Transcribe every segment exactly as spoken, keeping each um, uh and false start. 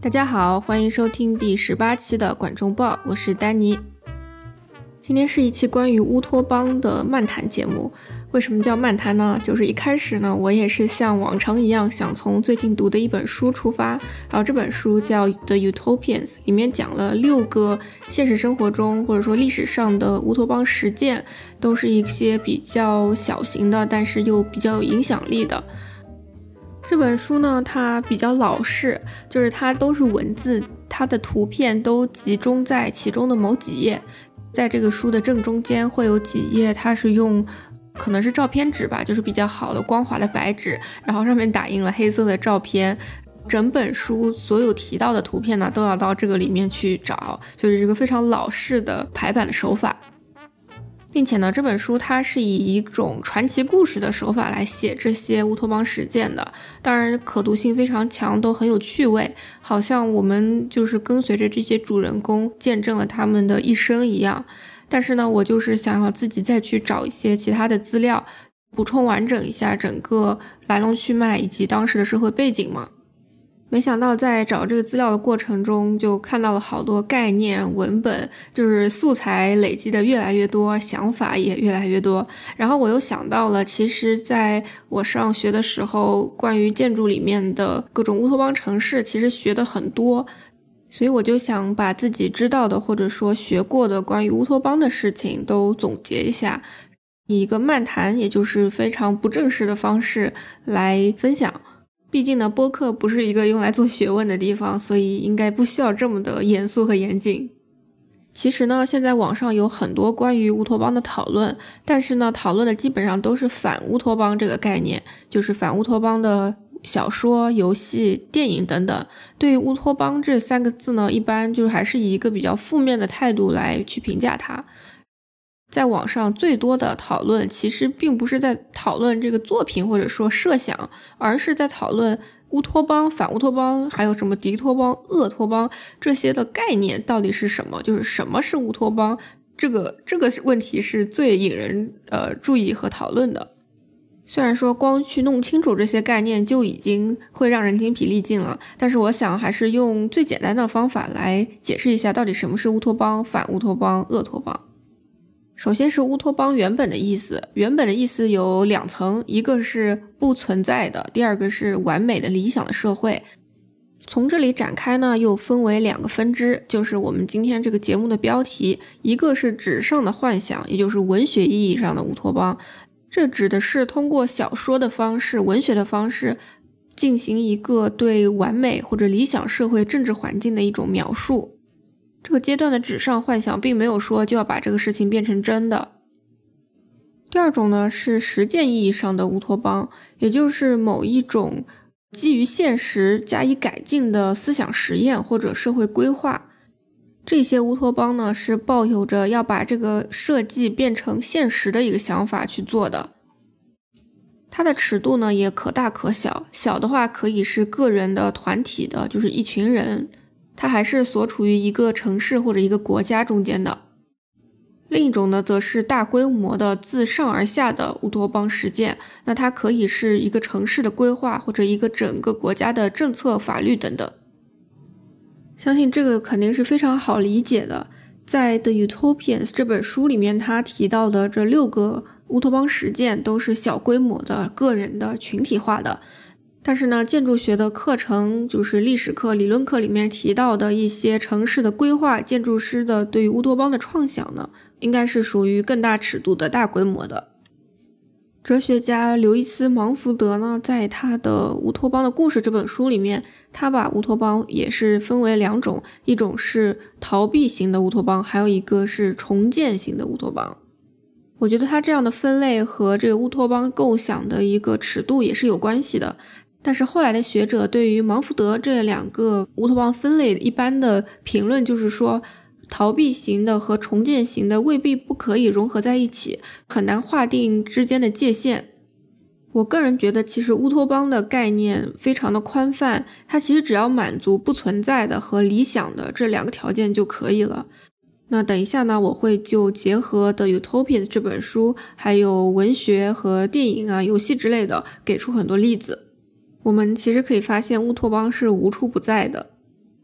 大家好，欢迎收听第十八期的管中报，我是丹尼。今天是一期关于乌托邦的漫谈节目。为什么叫漫谈呢？就是一开始呢，我也是像往常一样，想从最近读的一本书出发，然后这本书叫 The Utopians， 里面讲了六个现实生活中或者说历史上的乌托邦实践，都是一些比较小型的，但是又比较有影响力的。这本书呢，它比较老式，就是它都是文字，它的图片都集中在其中的某几页。在这个书的正中间会有几页，它是用可能是照片纸吧，就是比较好的光滑的白纸，然后上面打印了黑色的照片。整本书所有提到的图片呢，都要到这个里面去找，就是这个非常老式的排版的手法。并且呢，这本书它是以一种传奇故事的手法来写这些乌托邦实践的，当然可读性非常强，都很有趣味，好像我们就是跟随着这些主人公见证了他们的一生一样。但是呢，我就是想要自己再去找一些其他的资料，补充完整一下整个来龙去脉以及当时的社会背景嘛。没想到在找这个资料的过程中，就看到了好多概念文本，就是素材累积的越来越多，想法也越来越多。然后我又想到了，其实在我上学的时候，关于建筑里面的各种乌托邦城市，其实学的很多。所以我就想把自己知道的或者说学过的关于乌托邦的事情都总结一下，以一个漫谈，也就是非常不正式的方式来分享。毕竟呢，播客不是一个用来做学问的地方，所以应该不需要这么的严肃和严谨。其实呢，现在网上有很多关于乌托邦的讨论，但是呢，讨论的基本上都是反乌托邦这个概念，就是反乌托邦的小说、游戏、电影等等。对于乌托邦这三个字呢，一般就是还是以一个比较负面的态度来去评价它。在网上最多的讨论其实并不是在讨论这个作品或者说设想，而是在讨论乌托邦、反乌托邦，还有什么敌托邦、恶托邦这些的概念到底是什么，就是什么是乌托邦，这个这个问题是最引人呃注意和讨论的。虽然说光去弄清楚这些概念就已经会让人精疲力尽了，但是我想还是用最简单的方法来解释一下到底什么是乌托邦、反乌托邦、恶托邦。首先是乌托邦原本的意思，原本的意思有两层，一个是不存在的，第二个是完美的理想的社会。从这里展开呢，又分为两个分支，就是我们今天这个节目的标题，一个是纸上的幻想，也就是文学意义上的乌托邦，这指的是通过小说的方式、文学的方式进行一个对完美或者理想社会政治环境的一种描述。这个阶段的纸上幻想并没有说就要把这个事情变成真的。第二种呢，是实践意义上的乌托邦，也就是某一种基于现实加以改进的思想实验或者社会规划。这些乌托邦呢，是抱有着要把这个设计变成现实的一个想法去做的。它的尺度呢，也可大可小，小的话可以是个人的、团体的，就是一群人，它还是所处于一个城市或者一个国家中间的。另一种呢，则是大规模的自上而下的乌托邦实践，那它可以是一个城市的规划，或者一个整个国家的政策、法律等等。相信这个肯定是非常好理解的。在 The Utopians 这本书里面，他提到的这六个乌托邦实践都是小规模的、个人的、群体化的。但是呢，建筑学的课程，就是历史课、理论课里面提到的一些城市的规划、建筑师的对于乌托邦的创想呢，应该是属于更大尺度的大规模的。哲学家刘易斯·芒福德呢，在他的《乌托邦的故事》这本书里面，他把乌托邦也是分为两种，一种是逃避型的乌托邦，还有一个是重建型的乌托邦。我觉得他这样的分类和这个乌托邦构想的一个尺度也是有关系的。但是后来的学者对于芒福德这两个乌托邦分类一般的评论就是说，逃避型的和重建型的未必不可以融合在一起，很难划定之间的界限。我个人觉得其实乌托邦的概念非常的宽泛，它其实只要满足不存在的和理想的这两个条件就可以了。那等一下呢，我会就结合的 Utopians 这本书，还有文学和电影啊、游戏之类的，给出很多例子。我们其实可以发现乌托邦是无处不在的。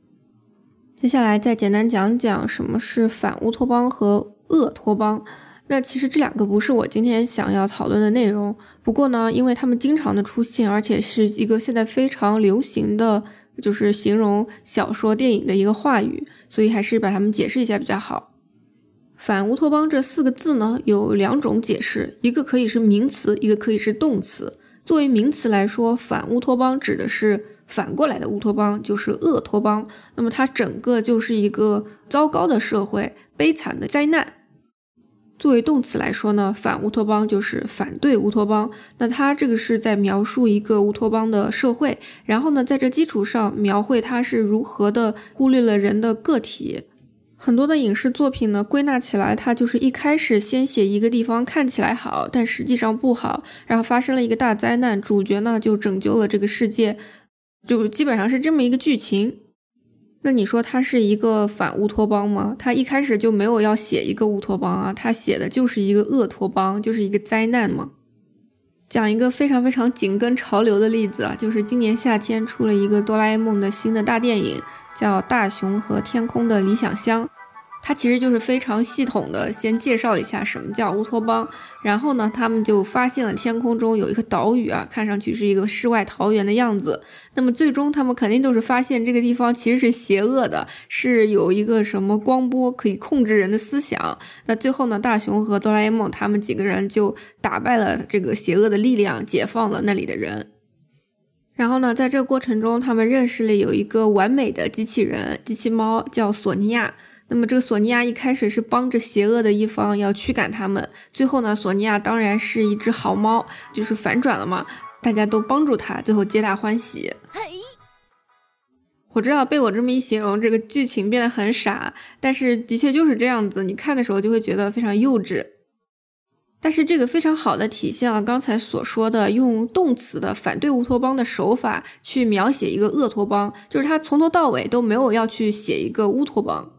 接下来再简单讲讲什么是反乌托邦和恶托邦。那其实这两个不是我今天想要讨论的内容，不过呢，因为他们经常的出现，而且是一个现在非常流行的就是形容小说电影的一个话语，所以还是把它们解释一下比较好。反乌托邦这四个字呢，有两种解释，一个可以是名词，一个可以是动词。作为名词来说，反乌托邦指的是反过来的乌托邦，就是恶托邦，那么它整个就是一个糟糕的社会，悲惨的灾难。作为动词来说呢，反乌托邦就是反对乌托邦，那它这个是在描述一个乌托邦的社会，然后呢，在这基础上描绘它是如何的忽略了人的个体。很多的影视作品呢，归纳起来，它就是一开始先写一个地方看起来好，但实际上不好，然后发生了一个大灾难，主角呢就拯救了这个世界，就基本上是这么一个剧情。那你说它是一个反乌托邦吗？它一开始就没有要写一个乌托邦啊，它写的就是一个恶托邦，就是一个灾难嘛。讲一个非常非常紧跟潮流的例子啊，就是今年夏天出了一个哆啦 A 梦的新的大电影，叫《大雄和天空的理想乡》。它其实就是非常系统的先介绍了一下什么叫乌托邦，然后呢，他们就发现了天空中有一个岛屿啊，看上去是一个世外桃源的样子。那么最终他们肯定都是发现这个地方其实是邪恶的，是有一个什么光波可以控制人的思想。那最后呢，大雄和哆啦 A 梦他们几个人就打败了这个邪恶的力量，解放了那里的人。然后呢，在这个过程中，他们认识了有一个完美的机器人，机器猫叫索尼娅。那么这个索尼娅一开始是帮着邪恶的一方要驱赶他们，最后呢，索尼娅当然是一只好猫，就是反转了嘛，大家都帮助他，最后皆大欢喜。我知道被我这么一形容，这个剧情变得很傻，但是的确就是这样子，你看的时候就会觉得非常幼稚。但是这个非常好的体现了刚才所说的用动词的反对乌托邦的手法去描写一个恶托邦，就是他从头到尾都没有要去写一个乌托邦。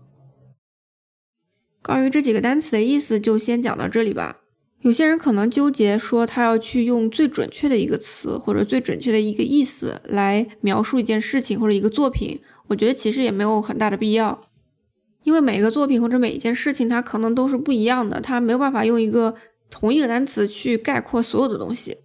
关于这几个单词的意思就先讲到这里吧。有些人可能纠结说他要去用最准确的一个词或者最准确的一个意思来描述一件事情或者一个作品，我觉得其实也没有很大的必要。因为每个作品或者每一件事情它可能都是不一样的，它没有办法用一个同一个单词去概括所有的东西。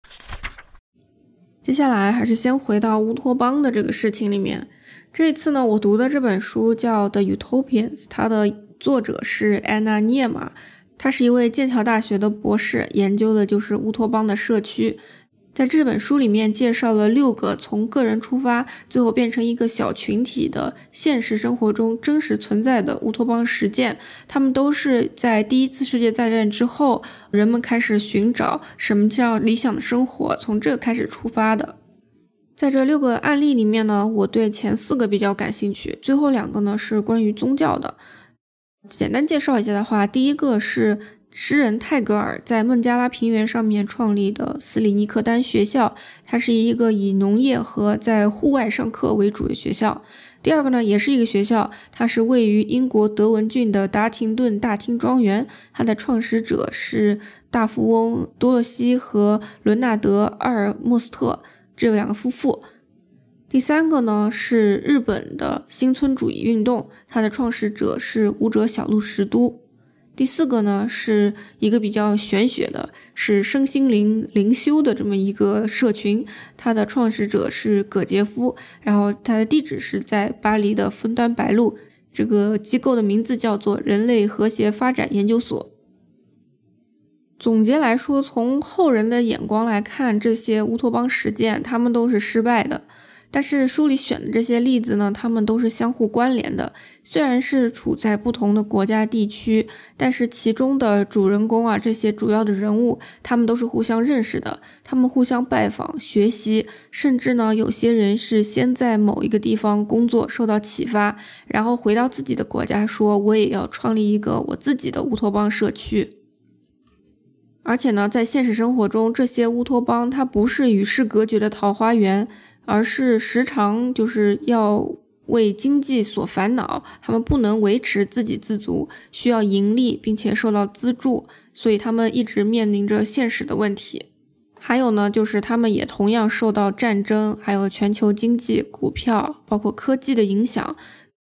接下来还是先回到乌托邦的这个事情里面。这一次呢，我读的这本书叫 The Utopians， 它的作者是安娜涅玛，他是一位剑桥大学的博士，研究的就是乌托邦的社区。在这本书里面介绍了六个从个人出发，最后变成一个小群体的现实生活中真实存在的乌托邦实践。他们都是在第一次世界大战之后，人们开始寻找什么叫理想的生活，从这开始出发的。在这六个案例里面呢，我对前四个比较感兴趣，最后两个呢是关于宗教的。简单介绍一下的话，第一个是诗人泰戈尔在孟加拉平原上面创立的斯里尼克丹学校，它是一个以农业和在户外上课为主的学校。第二个呢，也是一个学校，它是位于英国德文郡的达廷顿大厅庄园，它的创始者是大富翁多洛西和伦纳德·阿尔莫斯特这两个夫妇。第三个呢是日本的新村主义运动，它的创始者是武者小路实都。第四个呢是一个比较玄学的，是身心灵灵修的这么一个社群，它的创始者是葛杰夫，然后它的地址是在巴黎的枫丹白露，这个机构的名字叫做人类和谐发展研究所。总结来说，从后人的眼光来看，这些乌托邦实践他们都是失败的。但是书里选的这些例子呢，他们都是相互关联的，虽然是处在不同的国家地区，但是其中的主人公啊，这些主要的人物，他们都是互相认识的，他们互相拜访、学习，甚至呢，有些人是先在某一个地方工作，受到启发，然后回到自己的国家说，我也要创立一个我自己的乌托邦社区。而且呢，在现实生活中，这些乌托邦它不是与世隔绝的桃花源，而是时常就是要为经济所烦恼，他们不能维持自给自足，需要盈利并且受到资助，所以他们一直面临着现实的问题。还有呢，就是他们也同样受到战争，还有全球经济、股票，包括科技的影响，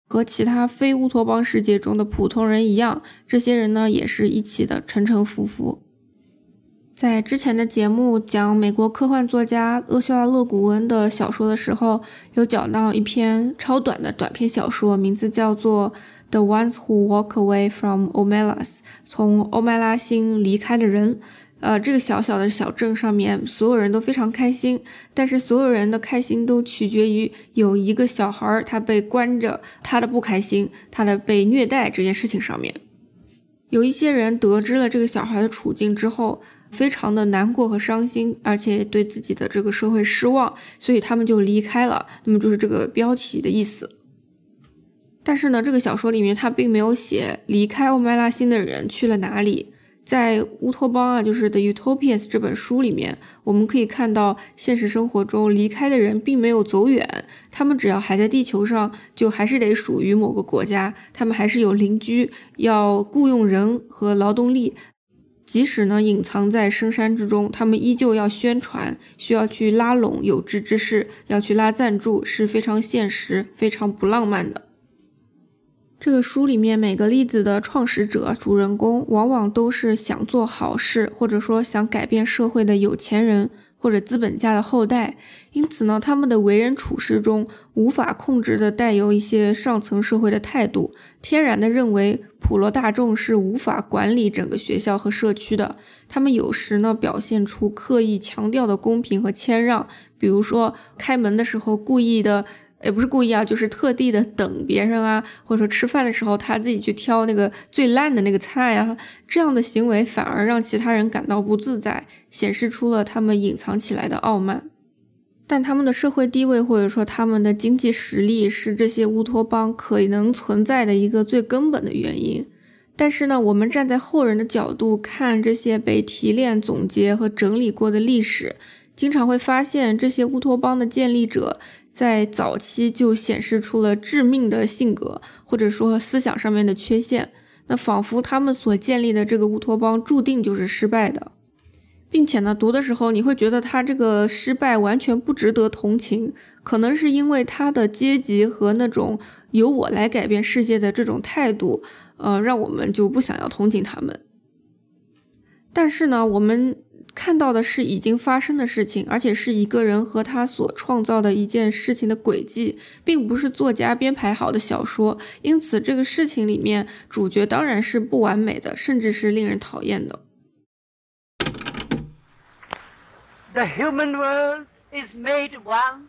和其他非乌托邦世界中的普通人一样，这些人呢也是一起的沉沉浮浮。在之前的节目讲美国科幻作家厄肖拉·勒古恩的小说的时候，有讲到一篇超短的短篇小说，名字叫做 The Ones Who Walk Away from Omelas， 从欧麦拉星离开的人。呃，这个小小的小镇上面所有人都非常开心，但是所有人的开心都取决于有一个小孩他被关着，他的不开心，他的被虐待这件事情上面。有一些人得知了这个小孩的处境之后，非常的难过和伤心，而且对自己的这个社会失望，所以他们就离开了，那么就是这个标题的意思。但是呢，这个小说里面他并没有写离开欧麦拉星的人去了哪里。在乌托邦啊，就是 The Utopians 这本书里面，我们可以看到现实生活中离开的人并没有走远，他们只要还在地球上，就还是得属于某个国家，他们还是有邻居，要雇佣人和劳动力。即使呢隐藏在深山之中，他们依旧要宣传，需要去拉拢有志之士，要去拉赞助，是非常现实、非常不浪漫的。这个书里面每个例子的创始者、主人公往往都是想做好事，或者说想改变社会的有钱人或者资本家的后代，因此呢，他们的为人处事中无法控制的带有一些上层社会的态度，天然的认为普罗大众是无法管理整个学校和社区的。他们有时呢表现出刻意强调的公平和谦让，比如说开门的时候故意的也不是故意啊，就是特地的等别人啊，或者说吃饭的时候他自己去挑那个最烂的那个菜啊，这样的行为反而让其他人感到不自在，显示出了他们隐藏起来的傲慢。但他们的社会地位或者说他们的经济实力是这些乌托邦可能存在的一个最根本的原因。但是呢，我们站在后人的角度看这些被提炼、总结和整理过的历史，经常会发现这些乌托邦的建立者在早期就显示出了致命的性格，或者说思想上面的缺陷，那仿佛他们所建立的这个乌托邦注定就是失败的，并且呢，读的时候你会觉得他这个失败完全不值得同情，可能是因为他的阶级和那种由我来改变世界的这种态度，呃，让我们就不想要同情他们。但是呢，我们看到的是已经发生的事情，而且是一个人和他所创造的一件事情的轨迹，并不是作家编排好的小说，因此这个事情里面主角当然是不完美的，甚至是令人讨厌的。 The human world is made one.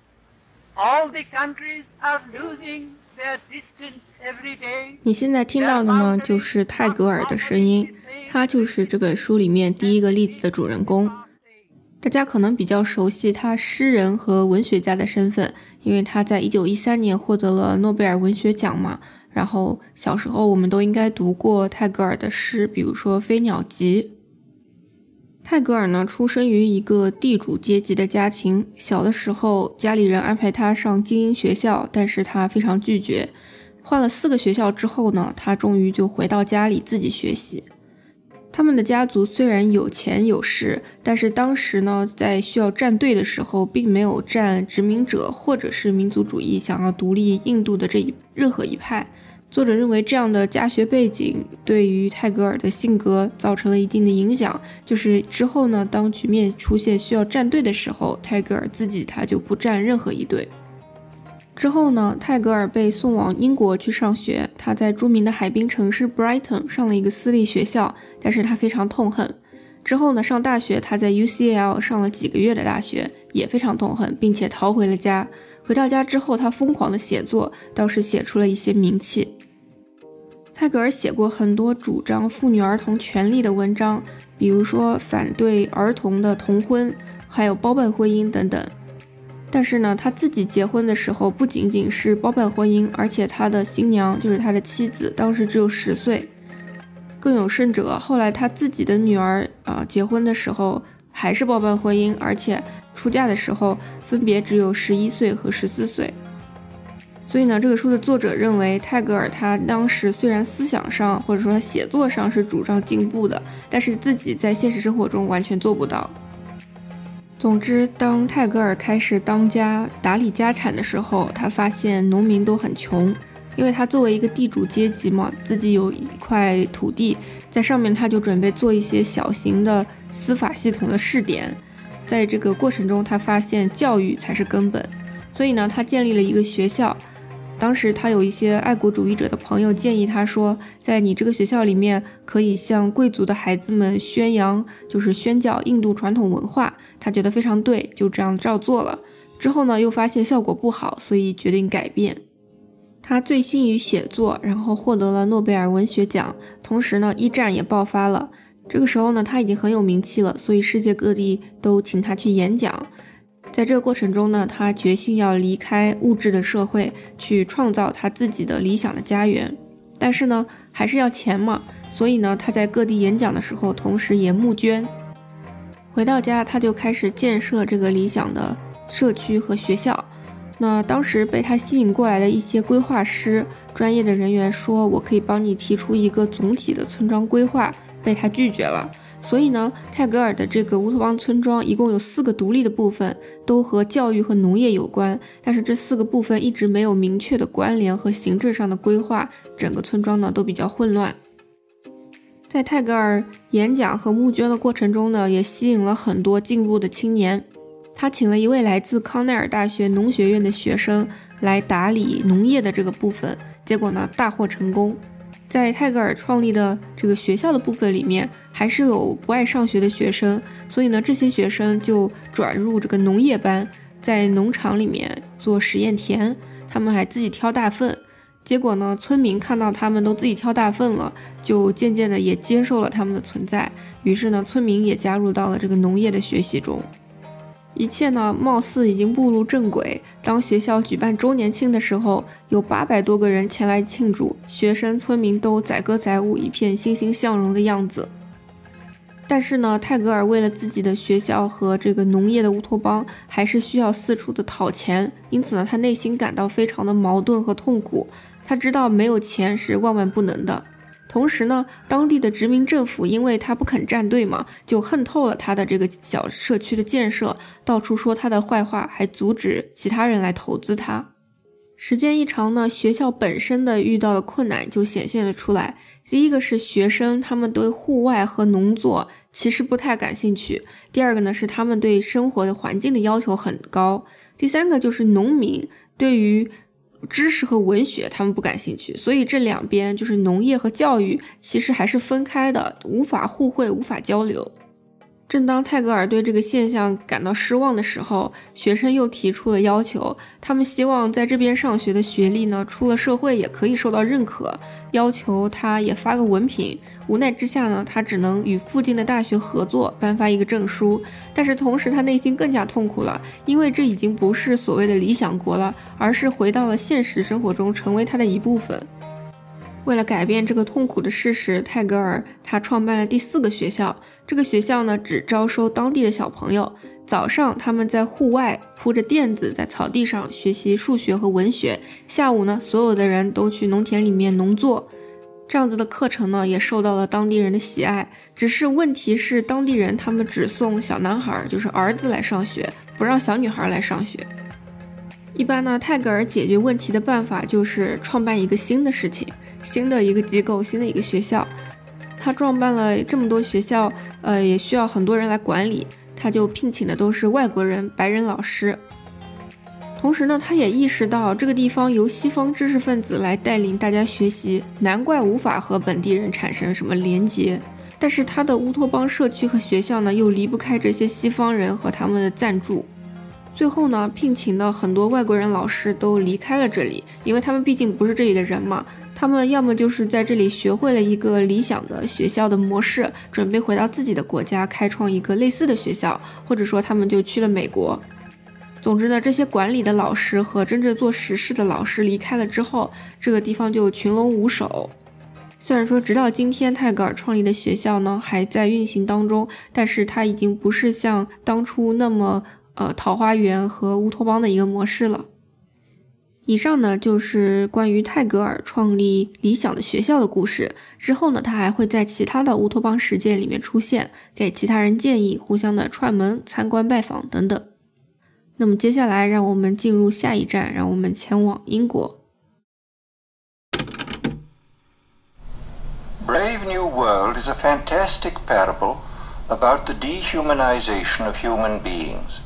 All the countries are losing their distance every day. 你现在听到的呢，就是泰戈尔的声音，他就是这本书里面第一个例子的主人公。大家可能比较熟悉他诗人和文学家的身份，因为他在一九一三年获得了诺贝尔文学奖嘛。然后小时候我们都应该读过泰戈尔的诗，比如说《飞鸟集》。泰戈尔呢，出生于一个地主阶级的家庭，小的时候家里人安排他上精英学校，但是他非常拒绝。换了四个学校之后呢，他终于就回到家里自己学习。他们的家族虽然有钱有势，但是当时呢，在需要站队的时候，并没有站殖民者或者是民族主义想要独立印度的这一任何一派。作者认为这样的家学背景对于泰戈尔的性格造成了一定的影响，就是之后呢，当局面出现需要站队的时候，泰戈尔自己他就不站任何一队。之后呢，泰戈尔被送往英国去上学，他在著名的海滨城市 Brighton 上了一个私立学校，但是他非常痛恨。之后呢，上大学他在 U C L 上了几个月的大学，也非常痛恨，并且逃回了家。回到家之后，他疯狂的写作，倒是写出了一些名气。泰戈尔写过很多主张妇女儿童权利的文章，比如说反对儿童的同婚，还有包办婚姻等等。但是呢，他自己结婚的时候不仅仅是包办婚姻，而且他的新娘就是他的妻子，当时只有十岁。更有甚者，后来他自己的女儿啊、呃、结婚的时候还是包办婚姻，而且出嫁的时候分别只有十一岁和十四岁。所以呢，这个书的作者认为泰戈尔他当时虽然思想上或者说他写作上是主张进步的，但是自己在现实生活中完全做不到。总之，当泰戈尔开始当家打理家产的时候，他发现农民都很穷， 因为他作为一个地主阶级嘛，自己有一块土地，在上面他就准备做一些小型的司法系统的试点。在这个过程中，他发现教育才是根本，所以呢，他建立了一个学校。当时他有一些爱国主义者的朋友建议他说，在你这个学校里面可以向贵族的孩子们宣扬，就是宣教印度传统文化。他觉得非常对，就这样照做了。之后呢，又发现效果不好，所以决定改变。他醉心于写作，然后获得了诺贝尔文学奖。同时呢，一战也爆发了。这个时候呢，他已经很有名气了，所以世界各地都请他去演讲。在这个过程中呢，他决心要离开物质的社会，去创造他自己的理想的家园。但是呢，还是要钱嘛，所以呢，他在各地演讲的时候，同时也募捐。回到家，他就开始建设这个理想的社区和学校。那当时被他吸引过来的一些规划师、专业的人员说，我可以帮你提出一个总体的村庄规划，被他拒绝了。所以呢，泰戈尔的这个乌托邦村庄一共有四个独立的部分，都和教育和农业有关，但是这四个部分一直没有明确的关联和形制上的规划，整个村庄呢都比较混乱。在泰戈尔演讲和募捐的过程中呢，也吸引了很多进步的青年。他请了一位来自康奈尔大学农学院的学生来打理农业的这个部分，结果呢大获成功。在泰戈尔创立的这个学校的部分里面，还是有不爱上学的学生，所以呢，这些学生就转入这个农业班，在农场里面做实验田，他们还自己挑大粪。结果呢，村民看到他们都自己挑大粪了，就渐渐的也接受了他们的存在，于是呢，村民也加入到了这个农业的学习中。一切呢，貌似已经步入正轨。当学校举办周年庆的时候，有八百多个人前来庆祝，学生、村民都载歌载舞，一片欣欣向荣的样子。但是呢，泰戈尔为了自己的学校和这个农业的乌托邦，还是需要四处的讨钱，因此呢，他内心感到非常的矛盾和痛苦。他知道没有钱是万万不能的。同时呢，当地的殖民政府因为他不肯站队嘛，就恨透了他的这个小社区的建设，到处说他的坏话，还阻止其他人来投资他。时间一长呢，学校本身的遇到的困难就显现了出来。第一个是学生，他们对户外和农作其实不太感兴趣。第二个呢，是他们对生活的环境的要求很高。第三个就是农民对于知识和文学他们不感兴趣，所以这两边就是农业和教育其实还是分开的，无法互惠，无法交流。正当泰戈尔对这个现象感到失望的时候，学生又提出了要求，他们希望在这边上学的学历呢，出了社会也可以受到认可，要求他也发个文凭。无奈之下呢，他只能与附近的大学合作，颁发一个证书。但是同时他内心更加痛苦了，因为这已经不是所谓的理想国了，而是回到了现实生活中，成为他的一部分。为了改变这个痛苦的事实，泰戈尔他创办了第四个学校。这个学校呢，只招收当地的小朋友。早上他们在户外铺着垫子，在草地上学习数学和文学。下午呢，所有的人都去农田里面农作。这样子的课程呢，也受到了当地人的喜爱。只是问题是，当地人他们只送小男孩，就是儿子来上学，不让小女孩来上学。一般呢，泰戈尔解决问题的办法就是创办一个新的事情。新的一个机构，新的一个学校，他创办了这么多学校，呃，也需要很多人来管理，他就聘请的都是外国人、白人老师。同时呢，他也意识到这个地方由西方知识分子来带领大家学习，难怪无法和本地人产生什么连结。但是他的乌托邦社区和学校呢，又离不开这些西方人和他们的赞助。最后呢，聘请的很多外国人老师都离开了这里，因为他们毕竟不是这里的人嘛。他们要么就是在这里学会了一个理想的学校的模式，准备回到自己的国家开创一个类似的学校，或者说他们就去了美国。总之呢，这些管理的老师和真正做实事的老师离开了之后，这个地方就群龙无首。虽然说直到今天泰戈尔创立的学校呢还在运行当中，但是它已经不是像当初那么呃桃花源和乌托邦的一个模式了。以上呢就是关于泰戈尔创立理想的学校的故事。之后呢，他还会在其他的乌托邦实践里面出现，给其他人建议，互相的串门、参观、拜访等等。那么接下来让我们进入下一站，让我们前往英国。 Brave New World is a fantastic parable about the dehumanization of human beings.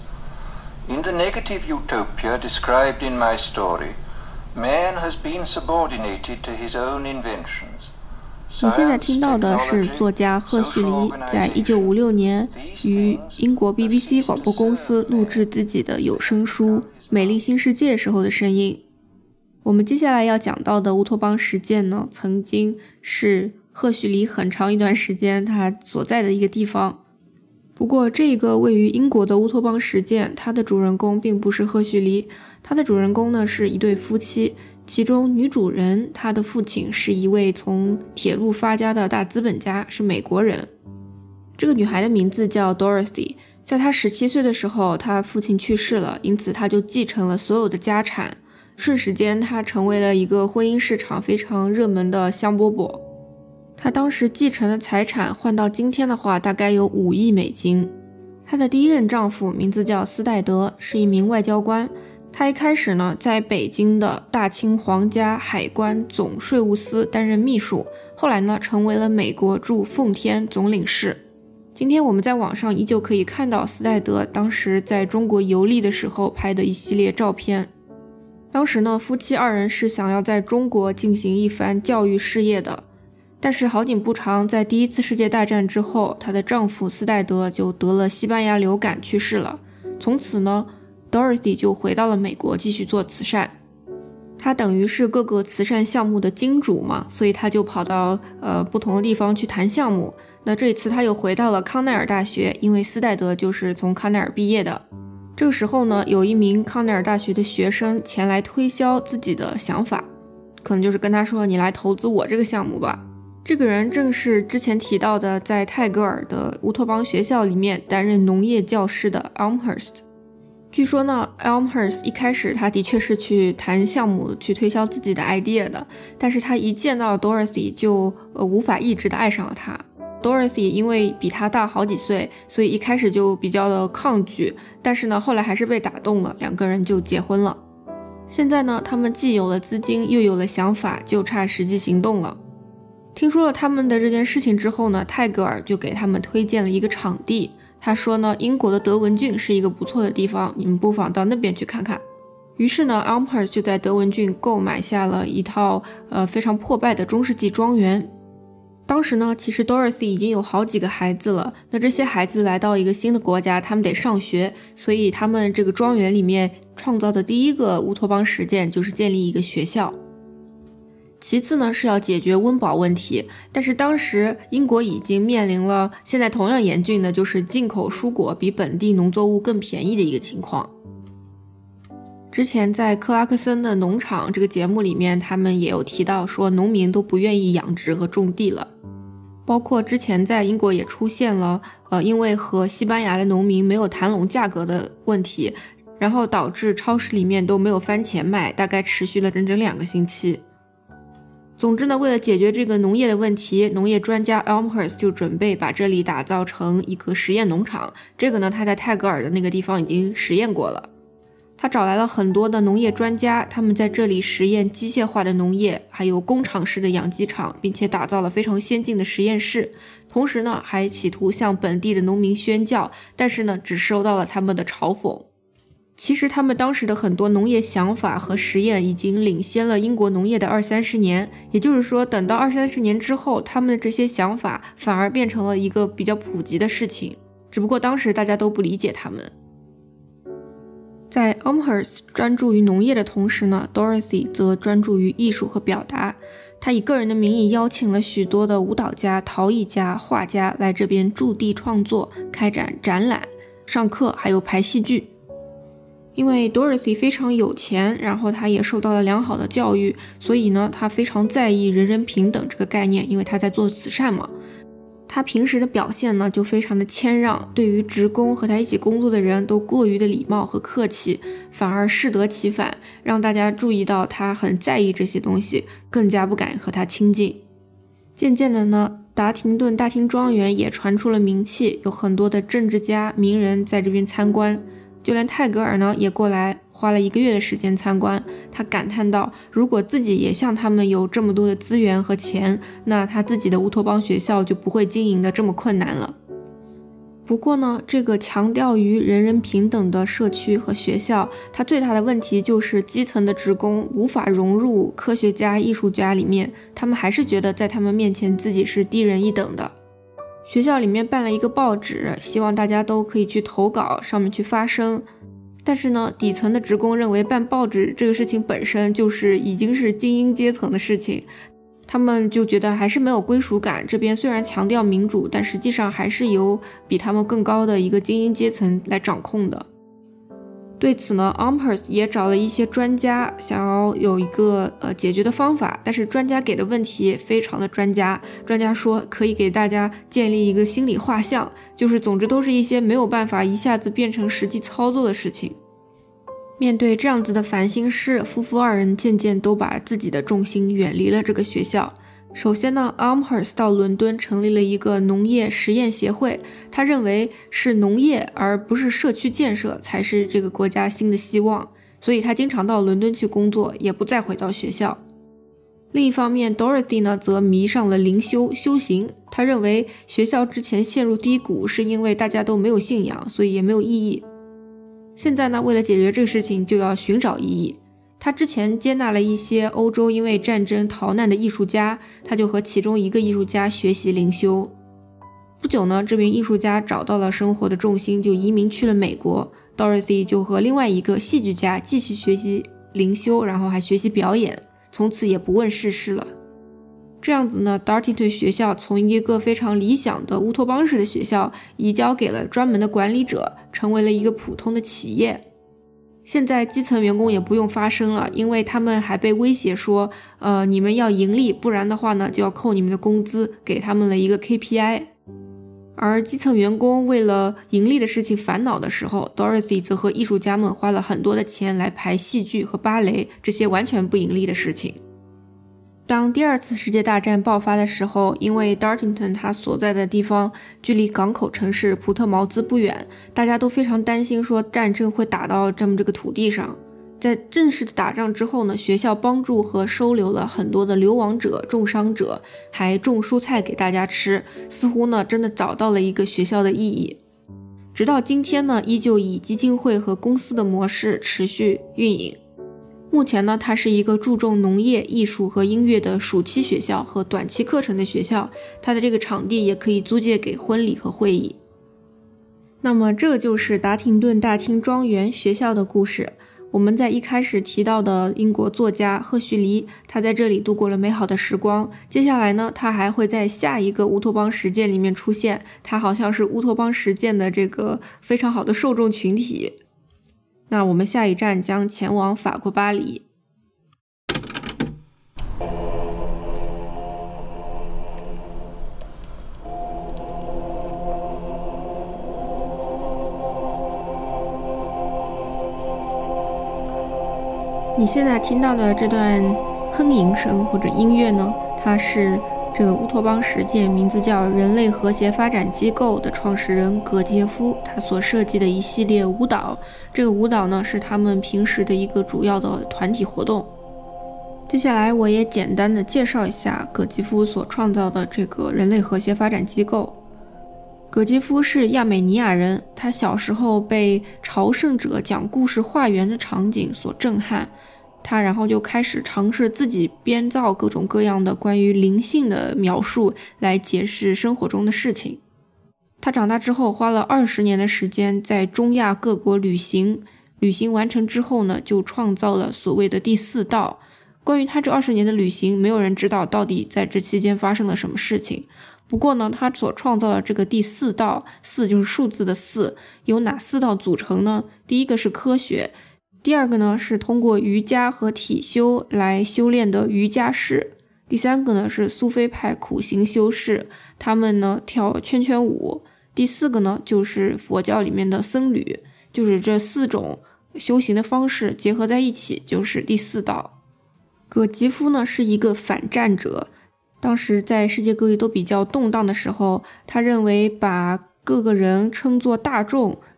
In the negative utopia described in my story, man has been subordinated to his own inventions. 你现在听到的是作家赫胥黎在一九五六年于英国 B B C 广播公司录制自己的有声书《美丽新世界》时候的声音。我们接下来要讲到的乌托邦实践呢，曾经是赫胥黎很长一段时间他所在的一个地方。不过这个位于英国的乌托邦实践，它的主人公并不是赫胥黎，它的主人公呢是一对夫妻，其中女主人她的父亲是一位从铁路发家的大资本家，是美国人。这个女孩的名字叫 Dorothy， 在她十七岁的时候，她父亲去世了，因此她就继承了所有的家产，瞬时间她成为了一个婚姻市场非常热门的香饽饽。她当时继承的财产换到今天的话大概有五亿美金。她的第一任丈夫名字叫斯戴德，是一名外交官。他一开始呢，在北京的大清皇家海关总税务司担任秘书，后来呢，成为了美国驻奉天总领事。今天我们在网上依旧可以看到斯戴德当时在中国游历的时候拍的一系列照片。当时呢，夫妻二人是想要在中国进行一番教育事业的，但是好景不长，在第一次世界大战之后，她的丈夫斯戴德就得了西班牙流感去世了。从此呢Dorothy 就回到了美国继续做慈善，她等于是各个慈善项目的金主嘛，所以她就跑到呃不同的地方去谈项目。那这一次她又回到了康奈尔大学，因为斯戴德就是从康奈尔毕业的。这个时候呢，有一名康奈尔大学的学生前来推销自己的想法，可能就是跟他说，你来投资我这个项目吧。这个人正是之前提到的在泰戈尔的乌托邦学校里面担任农业教师的 Elmhurst。据说呢 Elmhurst 一开始他的确是去谈项目去推销自己的 idea 的，但是他一见到 Dorothy 就、呃、无法抑制的爱上了他。 Dorothy 因为比他大好几岁，所以一开始就比较的抗拒，但是呢后来还是被打动了，两个人就结婚了。现在呢他们既有了资金又有了想法，就差实际行动了。听说了他们的这件事情之后呢，泰戈尔就给他们推荐了一个场地，他说呢，英国的德文郡是一个不错的地方，你们不妨到那边去看看。于是呢 Elmhurst 就在德文郡购买下了一套呃非常破败的中世纪庄园。当时呢，其实 Dorothy 已经有好几个孩子了，那这些孩子来到一个新的国家，他们得上学，所以他们这个庄园里面创造的第一个乌托邦实践就是建立一个学校。其次呢，是要解决温饱问题，但是当时英国已经面临了现在同样严峻的，就是进口蔬果比本地农作物更便宜的一个情况。之前在克拉克森的农场这个节目里面，他们也有提到说农民都不愿意养殖和种地了。包括之前在英国也出现了呃，因为和西班牙的农民没有谈拢价格的问题，然后导致超市里面都没有番茄卖，大概持续了整整两个星期。总之呢，为了解决这个农业的问题，农业专家 Elmhurst 就准备把这里打造成一个实验农场。这个呢，他在泰戈尔的那个地方已经实验过了。他找来了很多的农业专家，他们在这里实验机械化的农业，还有工厂式的养鸡场，并且打造了非常先进的实验室。同时呢，还企图向本地的农民宣教，但是呢，只受到了他们的嘲讽。其实他们当时的很多农业想法和实验已经领先了英国农业的二三十年，也就是说等到二三十年之后，他们的这些想法反而变成了一个比较普及的事情，只不过当时大家都不理解他们。在 Elmhurst 专注于农业的同时呢， Dorothy 则专注于艺术和表达。她以个人的名义邀请了许多的舞蹈家、陶艺家、画家来这边驻地创作，开展展览、上课还有排戏剧。因为 Dorothy 非常有钱，然后她也受到了良好的教育，所以呢，她非常在意人人平等这个概念，因为她在做慈善嘛。她平时的表现呢，就非常的谦让，对于职工和她一起工作的人都过于的礼貌和客气，反而适得其反，让大家注意到她很在意这些东西，更加不敢和她亲近。渐渐的呢，达廷顿大厅庄园也传出了名气，有很多的政治家、名人在这边参观。就连泰戈尔呢也过来花了一个月的时间参观。他感叹道，如果自己也像他们有这么多的资源和钱，那他自己的乌托邦学校就不会经营的这么困难了。不过呢，这个强调于人人平等的社区和学校，它最大的问题就是基层的职工无法融入科学家、艺术家里面，他们还是觉得在他们面前自己是低人一等的。学校里面办了一个报纸，希望大家都可以去投稿，上面去发声。但是呢，底层的职工认为办报纸这个事情本身就是已经是精英阶层的事情，他们就觉得还是没有归属感，这边虽然强调民主，但实际上还是由比他们更高的一个精英阶层来掌控的。对此呢 Ampers 也找了一些专家，想要有一个呃解决的方法，但是专家给的问题非常的专家，专家说可以给大家建立一个心理画像，就是总之都是一些没有办法一下子变成实际操作的事情。面对这样子的烦心事，夫妇二人渐渐都把自己的重心远离了这个学校。首先呢 Amherst 到伦敦成立了一个农业实验协会，他认为是农业而不是社区建设才是这个国家新的希望，所以他经常到伦敦去工作，也不再回到学校。另一方面 Dorothy 呢则迷上了灵修修行，他认为学校之前陷入低谷是因为大家都没有信仰，所以也没有意义。现在呢，为了解决这个事情就要寻找意义。他之前接纳了一些欧洲因为战争逃难的艺术家，他就和其中一个艺术家学习灵修。不久呢，这名艺术家找到了生活的重心，就移民去了美国。Dorothy 就和另外一个戏剧家继续学习灵修，然后还学习表演，从此也不问世事了。这样子呢 Dartington 学校从一个非常理想的乌托邦式的学校移交给了专门的管理者，成为了一个普通的企业。现在基层员工也不用发声了，因为他们还被威胁说呃，你们要盈利，不然的话呢就要扣你们的工资，给他们了一个 K P I。 而基层员工为了盈利的事情烦恼的时候， Dorothy 则和艺术家们花了很多的钱来排戏剧和芭蕾，这些完全不盈利的事情。当第二次世界大战爆发的时候，因为 Dartington 它所在的地方距离港口城市普特茅兹不远，大家都非常担心说战争会打到这么这个土地上。在正式的打仗之后呢，学校帮助和收留了很多的流亡者、重伤者，还种蔬菜给大家吃，似乎呢真的找到了一个学校的意义。直到今天呢，依旧以基金会和公司的模式持续运营。目前呢，它是一个注重农业、艺术和音乐的暑期学校和短期课程的学校，它的这个场地也可以租借给婚礼和会议。那么这就是达廷顿大厅庄园学校的故事。我们在一开始提到的英国作家赫胥黎，他在这里度过了美好的时光。接下来呢，他还会在下一个乌托邦实践里面出现，他好像是乌托邦实践的这个非常好的受众群体。那我们下一站将前往法国巴黎。你现在听到的这段哼吟声或者音乐呢，它是这个乌托邦实践，名字叫人类和谐发展机构的创始人葛杰夫他所设计的一系列舞蹈。这个舞蹈呢是他们平时的一个主要的团体活动。接下来我也简单的介绍一下葛杰夫所创造的这个人类和谐发展机构。葛杰夫是亚美尼亚人，他小时候被朝圣者讲故事化缘的场景所震撼，他然后就开始尝试自己编造各种各样的关于灵性的描述来解释生活中的事情。他长大之后花了二十年的时间在中亚各国旅行，旅行完成之后呢，就创造了所谓的第四道。关于他这二十年的旅行，没有人知道到底在这期间发生了什么事情。不过呢，他所创造的这个第四道，四就是数字的四，由哪四道组成呢？第一个是科学，第二个呢是通过瑜伽和体修来修炼的瑜伽士，第三个呢是苏菲派苦行修士，他们呢跳圈圈舞，第四个呢就是佛教里面的僧侣，就是这四种修行的方式结合在一起，就是第四道。葛杰夫呢是一个反战者，当时在世界各地都比较动荡的时候，他认为把各个人称作大众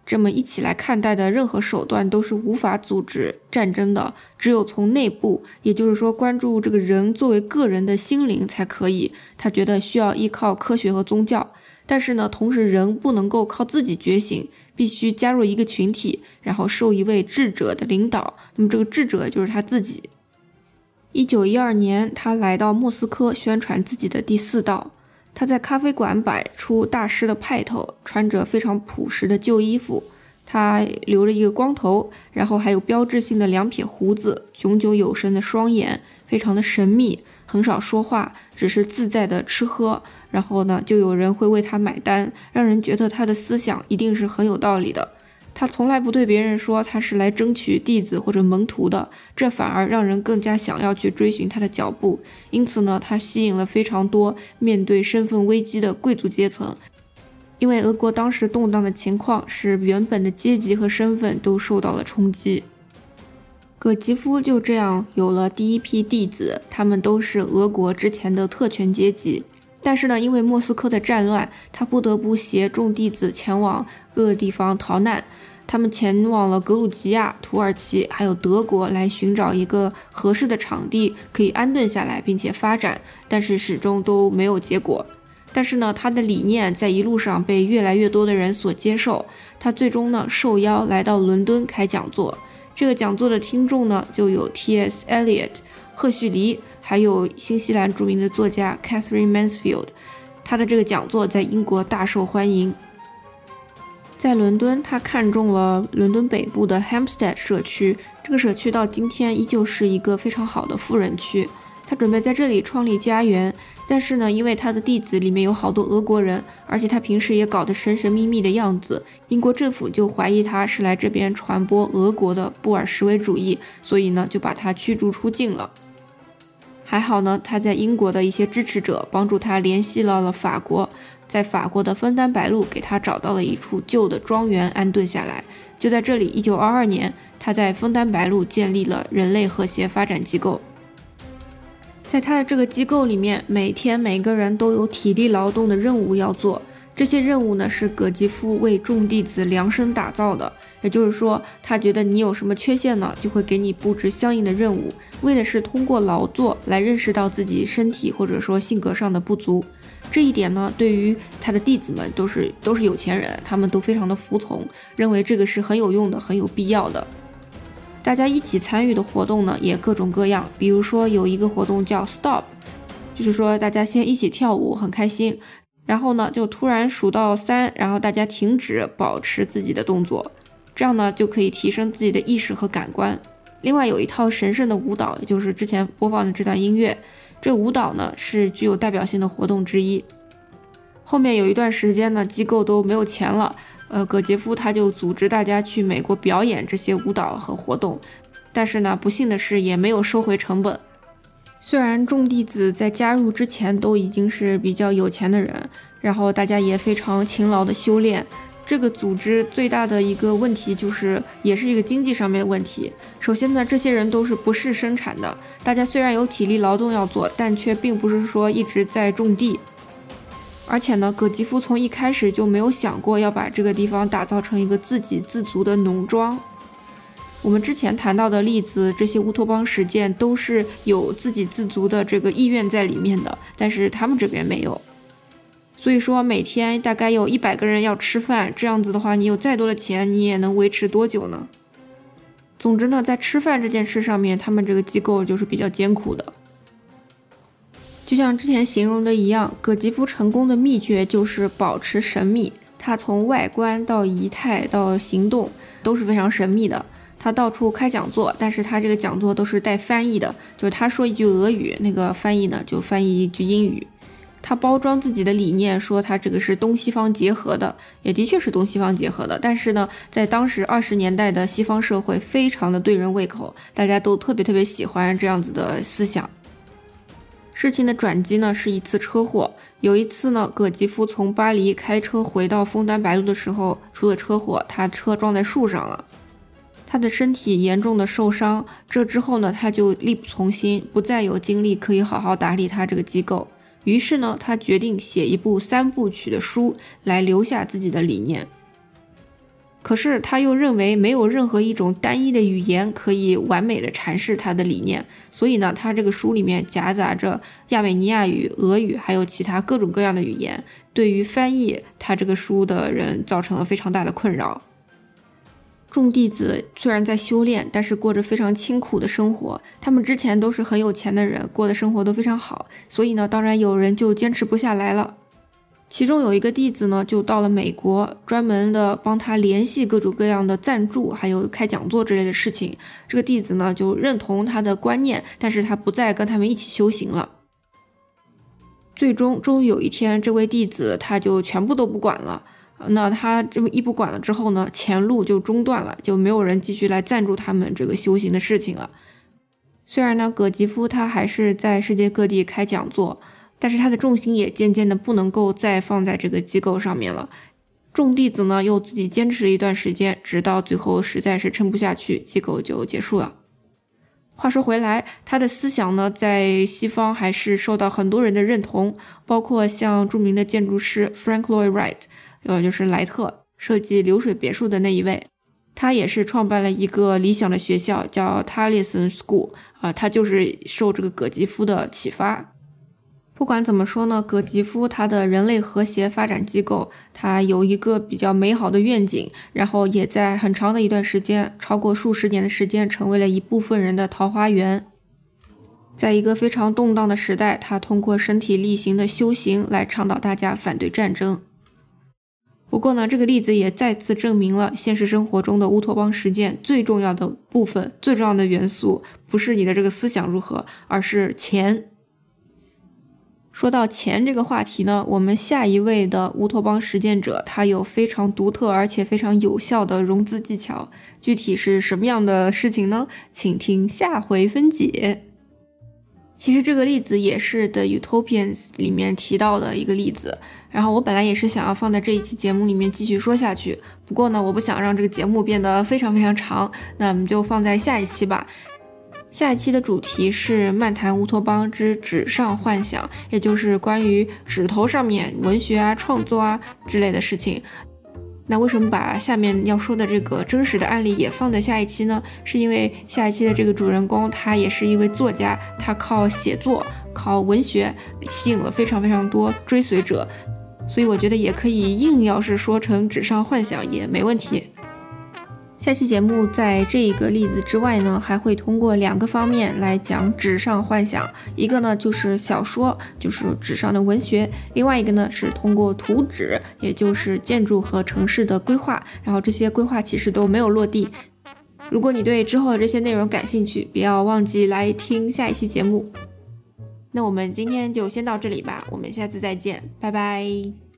这么一起来看待的任何手段都是无法阻止战争的，只有从内部，也就是说关注这个人作为个人的心灵才可以。他觉得需要依靠科学和宗教，但是呢，同时人不能够靠自己觉醒，必须加入一个群体，然后受一位智者的领导。那么这个智者就是他自己。一九一二年，他来到莫斯科宣传自己的第四道。他在咖啡馆摆出大师的派头，穿着非常朴实的旧衣服，他留着一个光头，然后还有标志性的两撇胡子，炯炯有神的双眼，非常的神秘，很少说话，只是自在的吃喝。然后呢，就有人会为他买单，让人觉得他的思想一定是很有道理的。他从来不对别人说他是来争取弟子或者门徒的，这反而让人更加想要去追寻他的脚步。因此呢，他吸引了非常多面对身份危机的贵族阶层。因为俄国当时动荡的情况使原本的阶级和身份都受到了冲击。葛吉夫就这样有了第一批弟子，他们都是俄国之前的特权阶级。但是呢，因为莫斯科的战乱，他不得不携众弟子前往各个地方逃难。他们前往了格鲁吉亚、土耳其还有德国，来寻找一个合适的场地可以安顿下来并且发展，但是始终都没有结果。但是呢，他的理念在一路上被越来越多的人所接受，他最终呢受邀来到伦敦开讲座。这个讲座的听众呢就有 T S Eliot、 赫胥黎，还有新西兰著名的作家 Catherine Mansfield。 他的这个讲座在英国大受欢迎。在伦敦，他看中了伦敦北部的 Hampstead 社区，这个社区到今天依旧是一个非常好的富人区。他准备在这里创立家园，但是呢，因为他的弟子里面有好多俄国人，而且他平时也搞得神神秘秘的样子，英国政府就怀疑他是来这边传播俄国的布尔什维主义，所以呢，就把他驱逐出境了。还好呢，他在英国的一些支持者帮助他联系到了法国，在法国的枫丹白露给他找到了一处旧的庄园安顿下来。就在这里，一九二二年，他在枫丹白露建立了人类和谐发展机构。在他的这个机构里面，每天每个人都有体力劳动的任务要做，这些任务呢是葛吉夫为众弟子量身打造的。也就是说，他觉得你有什么缺陷呢，就会给你布置相应的任务，为的是通过劳作来认识到自己身体或者说性格上的不足。这一点呢，对于他的弟子们都是都是有钱人，他们都非常的服从，认为这个是很有用的，很有必要的。大家一起参与的活动呢，也各种各样。比如说有一个活动叫 Stop， 就是说大家先一起跳舞，很开心，然后呢就突然数到三，然后大家停止，保持自己的动作，这样呢就可以提升自己的意识和感官。另外有一套神圣的舞蹈，也就是之前播放的这段音乐，这舞蹈呢是具有代表性的活动之一。后面有一段时间呢，机构都没有钱了，呃，葛杰夫他就组织大家去美国表演这些舞蹈和活动，但是呢，不幸的是也没有收回成本。虽然众弟子在加入之前都已经是比较有钱的人，然后大家也非常勤劳的修炼，这个组织最大的一个问题就是也是一个经济上面的问题。首先呢，这些人都是不是生产的，大家虽然有体力劳动要做，但却并不是说一直在种地。而且呢，葛吉夫从一开始就没有想过要把这个地方打造成一个自给自足的农庄。我们之前谈到的例子，这些乌托邦实践都是有自给自足的这个意愿在里面的，但是他们这边没有。所以说每天大概有一百个人要吃饭，这样子的话，你有再多的钱，你也能维持多久呢？总之呢，在吃饭这件事上面，他们这个机构就是比较艰苦的。就像之前形容的一样，葛吉夫成功的秘诀就是保持神秘。他从外观到仪态到行动都是非常神秘的。他到处开讲座，但是他这个讲座都是带翻译的，就是他说一句俄语，那个翻译呢就翻译一句英语。他包装自己的理念，说他这个是东西方结合的，也的确是东西方结合的，但是呢，在当时二十年代的西方社会非常的对人胃口，大家都特别特别喜欢这样子的思想。事情的转机呢是一次车祸。有一次呢，葛吉夫从巴黎开车回到枫丹白露的时候出了车祸，他车撞在树上了，他的身体严重的受伤。这之后呢，他就力不从心，不再有精力可以好好打理他这个机构。于是呢，他决定写一部三部曲的书来留下自己的理念。 可是他又认为没有任何一种单一的语言可以完美的阐释他的理念，所以呢，他这个书里面夹杂着亚美尼亚语、俄语，还有其他各种各样的语言，对于翻译他这个书的人造成了非常大的困扰。众弟子虽然在修炼，但是过着非常清苦的生活，他们之前都是很有钱的人，过的生活都非常好，所以呢，当然有人就坚持不下来了。其中有一个弟子呢，就到了美国，专门的帮他联系各种各样的赞助，还有开讲座之类的事情。这个弟子呢，就认同他的观念，但是他不再跟他们一起修行了。最终，终于有一天，这位弟子他就全部都不管了。那他这么一不管了之后呢，前路就中断了，就没有人继续来赞助他们这个修行的事情了。虽然呢，葛吉夫他还是在世界各地开讲座，但是他的重心也渐渐的不能够再放在这个机构上面了。众弟子呢又自己坚持了一段时间，直到最后实在是撑不下去，机构就结束了。话说回来，他的思想呢在西方还是受到很多人的认同，包括像著名的建筑师 Frank Lloyd Wright， 呃，就是莱特设计流水别墅的那一位，他也是创办了一个理想的学校叫 Taliesin School， 啊、呃，他就是受这个葛吉夫的启发。不管怎么说呢，葛吉夫他的人类和谐发展机构，他有一个比较美好的愿景，然后也在很长的一段时间，超过数十年的时间，成为了一部分人的桃花源。在一个非常动荡的时代，他通过身体力行的修行来倡导大家反对战争。不过呢，这个例子也再次证明了现实生活中的乌托邦实践最重要的部分，最重要的元素不是你的这个思想如何，而是钱。说到钱这个话题呢，我们下一位的乌托邦实践者，他有非常独特而且非常有效的融资技巧，具体是什么样的事情呢？请听下回分解。其实这个例子也是 The Utopians 里面提到的一个例子，然后我本来也是想要放在这一期节目里面继续说下去，不过呢，我不想让这个节目变得非常非常长，那我们就放在下一期吧。下一期的主题是漫谈乌托邦之纸上幻想，也就是关于纸头上面文学啊、创作啊之类的事情。那为什么把下面要说的这个真实的案例也放在下一期呢？是因为下一期的这个主人公他也是一位作家，他靠写作、靠文学吸引了非常非常多追随者，所以我觉得也可以硬要是说成纸上幻想也没问题。下期节目在这一个例子之外呢，还会通过两个方面来讲纸上幻想，一个呢就是小说，就是纸上的文学，另外一个呢是通过图纸，也就是建筑和城市的规划，然后这些规划其实都没有落地。如果你对之后的这些内容感兴趣，不要忘记来听下一期节目。那我们今天就先到这里吧，我们下次再见，拜拜。